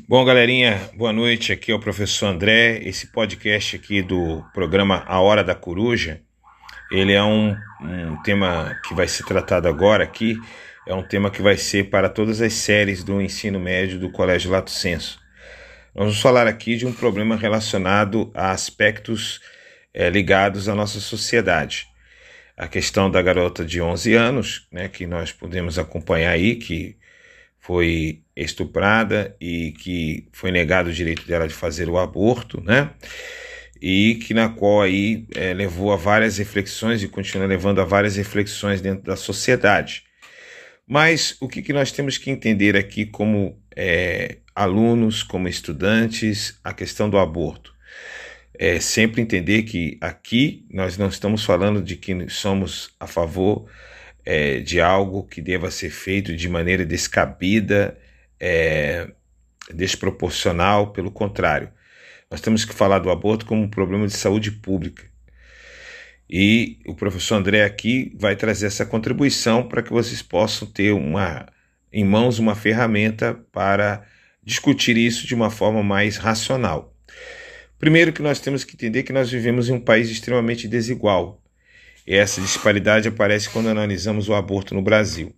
Bom, galerinha, boa noite. Aqui é o professor André. Esse podcast aqui do programa A Hora da Coruja, ele é um tema que vai ser tratado agora aqui. É um tema que vai ser para todas as séries do ensino médio do Colégio Lato Sensu. Nós vamos falar aqui de um problema relacionado a aspectos ligados à nossa sociedade. A questão da garota de 11 anos, né, que nós podemos acompanhar aí, que foi estuprada e que foi negado o direito dela de fazer o aborto, né? E que na qual aí levou a várias reflexões e continua levando a várias reflexões dentro da sociedade. Mas o que nós temos que entender aqui como alunos, como estudantes, a questão do aborto? É sempre entender que aqui nós não estamos falando de que somos a favor de algo que deva ser feito de maneira descabida, desproporcional, pelo contrário. Nós temos que falar do aborto como um problema de saúde pública. E o professor André aqui vai trazer essa contribuição para que vocês possam ter em mãos uma ferramenta para discutir isso de uma forma mais racional. Primeiro que nós temos que entender que nós vivemos em um país extremamente desigual. E essa disparidade aparece quando analisamos o aborto no Brasil.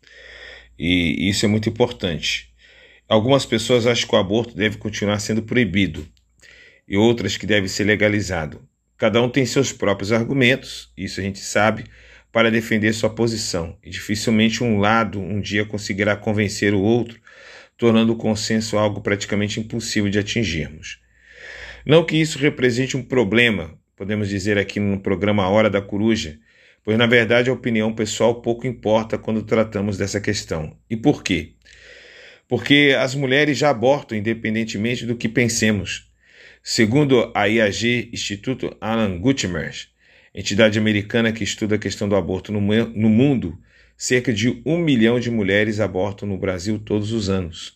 E isso é muito importante. Algumas pessoas acham que o aborto deve continuar sendo proibido e outras que deve ser legalizado. Cada um tem seus próprios argumentos, isso a gente sabe, para defender sua posição. E dificilmente um lado um dia conseguirá convencer o outro, tornando o consenso algo praticamente impossível de atingirmos. Não que isso represente um problema, podemos dizer aqui no programa A Hora da Coruja, pois na verdade a opinião pessoal pouco importa quando tratamos dessa questão. E por quê? Porque as mulheres já abortam independentemente do que pensemos. Segundo a IAG, Instituto Alan Guttmacher, entidade americana que estuda a questão do aborto no mundo, cerca de 1 milhão de mulheres abortam no Brasil todos os anos.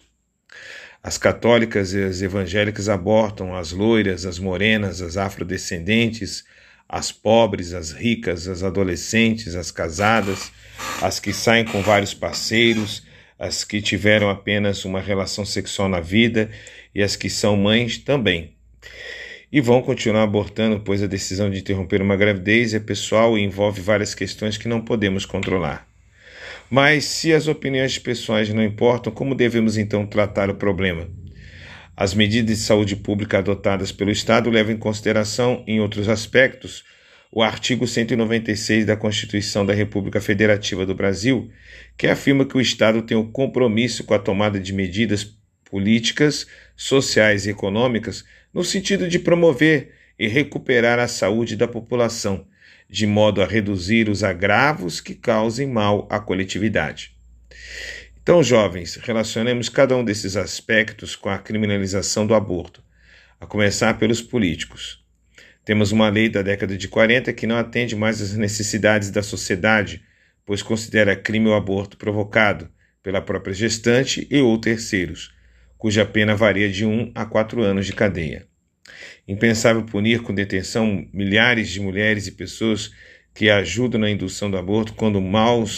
As católicas e as evangélicas abortam, as loiras, as morenas, as afrodescendentes, as pobres, as ricas, as adolescentes, as casadas, as que saem com vários parceiros, as que tiveram apenas uma relação sexual na vida e as que são mães também. E vão continuar abortando, pois a decisão de interromper uma gravidez é pessoal e envolve várias questões que não podemos controlar. Mas se as opiniões pessoais não importam, como devemos então tratar o problema? As medidas de saúde pública adotadas pelo Estado levam em consideração, em outros aspectos, o artigo 196 da Constituição da República Federativa do Brasil, que afirma que o Estado tem o compromisso com a tomada de medidas políticas, sociais e econômicas no sentido de promover e recuperar a saúde da população, de modo a reduzir os agravos que causem mal à coletividade. Então, jovens, relacionemos cada um desses aspectos com a criminalização do aborto, a começar pelos políticos. Temos uma lei da década de 40 que não atende mais às necessidades da sociedade, pois considera crime o aborto provocado pela própria gestante e ou terceiros, cuja pena varia de 1 a 4 anos de cadeia. Impensável punir com detenção milhares de mulheres e pessoas que ajudam na indução do aborto quando mal dos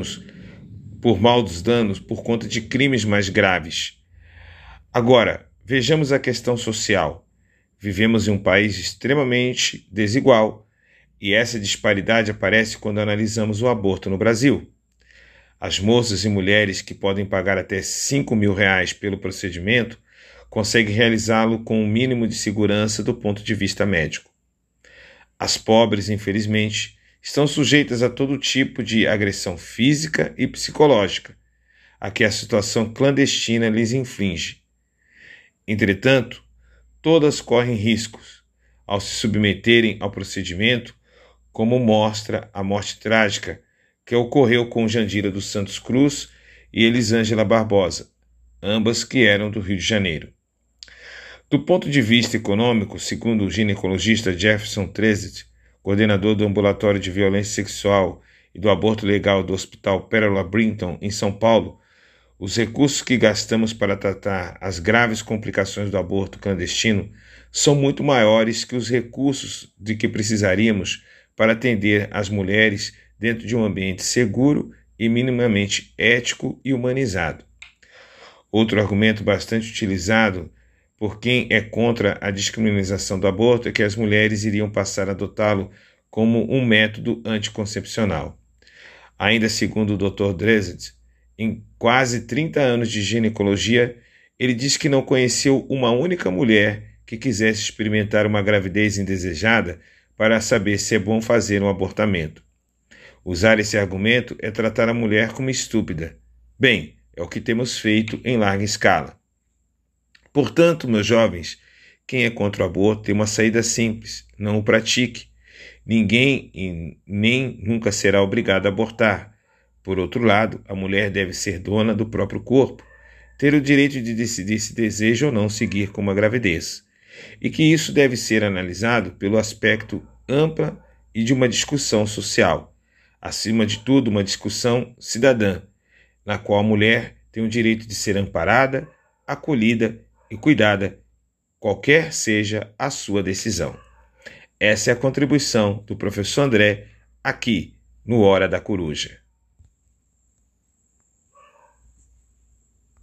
danos por conta de crimes mais graves. Agora, vejamos a questão social. Vivemos em um país extremamente desigual e essa disparidade aparece quando analisamos o aborto no Brasil. As moças e mulheres que podem pagar até R$5.000 pelo procedimento consegue realizá-lo com um mínimo de segurança do ponto de vista médico. As pobres, infelizmente, estão sujeitas a todo tipo de agressão física e psicológica, a que a situação clandestina lhes inflige. Entretanto, todas correm riscos ao se submeterem ao procedimento, como mostra a morte trágica que ocorreu com Jandira dos Santos Cruz e Elisângela Barbosa, ambas que eram do Rio de Janeiro. Do ponto de vista econômico, segundo o ginecologista Jefferson Trezet, coordenador do Ambulatório de Violência Sexual e do Aborto Legal do Hospital Pérola Brinton, em São Paulo, os recursos que gastamos para tratar as graves complicações do aborto clandestino são muito maiores que os recursos de que precisaríamos para atender as mulheres dentro de um ambiente seguro e minimamente ético e humanizado. Outro argumento bastante utilizado por quem é contra a descriminalização do aborto é que as mulheres iriam passar a adotá-lo como um método anticoncepcional. Ainda segundo o Dr. Dresden, em quase 30 anos de ginecologia, ele diz que não conheceu uma única mulher que quisesse experimentar uma gravidez indesejada para saber se é bom fazer um abortamento. Usar esse argumento é tratar a mulher como estúpida. Bem, é o que temos feito em larga escala. Portanto, meus jovens, quem é contra o aborto tem uma saída simples: não o pratique. Ninguém e nem nunca será obrigado a abortar. Por outro lado, a mulher deve ser dona do próprio corpo, ter o direito de decidir se deseja ou não seguir com uma gravidez, e que isso deve ser analisado pelo aspecto ampla e de uma discussão social. Acima de tudo, uma discussão cidadã, na qual a mulher tem o direito de ser amparada, acolhida e cuidada, qualquer seja a sua decisão. Essa é a contribuição do professor André aqui no Hora da Coruja.